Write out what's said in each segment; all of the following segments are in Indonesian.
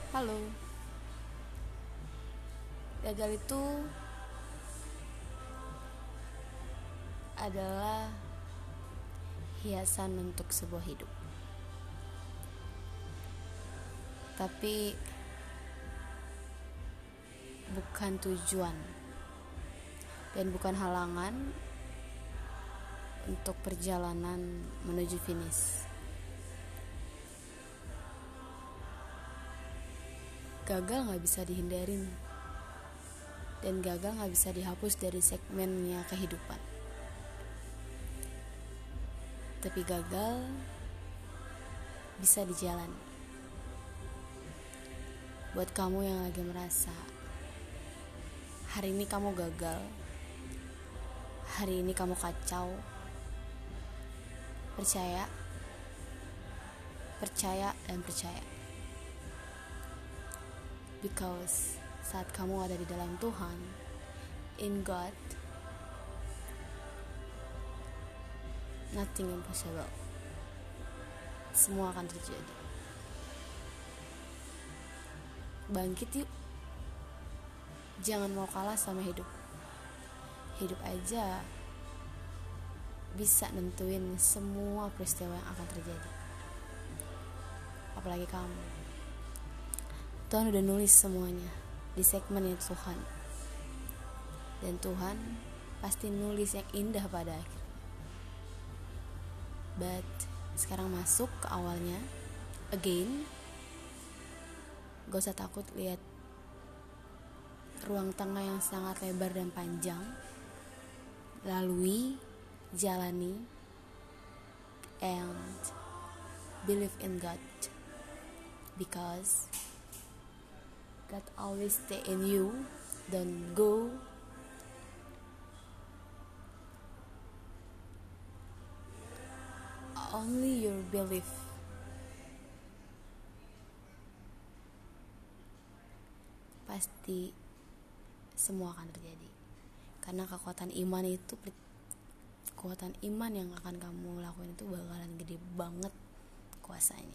Halo, gagal itu adalah hiasan untuk sebuah hidup. Tapi bukan tujuan dan bukan halangan untuk perjalanan menuju finish. Gagal gak bisa dihindarin, dan gagal gak bisa dihapus dari segmennya kehidupan. Tapi gagal bisa dijalani. Buat kamu yang lagi merasa hari ini kamu gagal, hari ini kamu kacau, percaya dan percaya. Because saat kamu ada di dalam Tuhan, in God, nothing impossible. Semua akan terjadi. Bangkit yuk. Jangan mau kalah sama hidup. Hidup aja bisa nentuin semua peristiwa yang akan terjadi. Apalagi kamu. Tuhan udah nulis semuanya di segmennya Tuhan. Dan Tuhan pasti nulis yang indah pada akhirnya. But sekarang masuk ke awalnya. Again, gak usah takut lihat ruang tengah yang sangat lebar dan panjang. Lalui, jalani, and believe in God. Because God always stay in you. Don't go. Only your belief. Pasti semua akan terjadi. Karena kekuatan iman yang akan kamu lakuin itu bakalan gede banget kuasanya.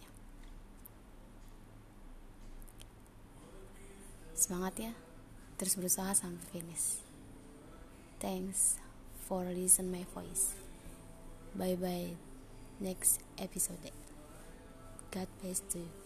Semangat ya, terus berusaha sampai finish. Thanks for listen my voice. Bye bye next episode. God bless you.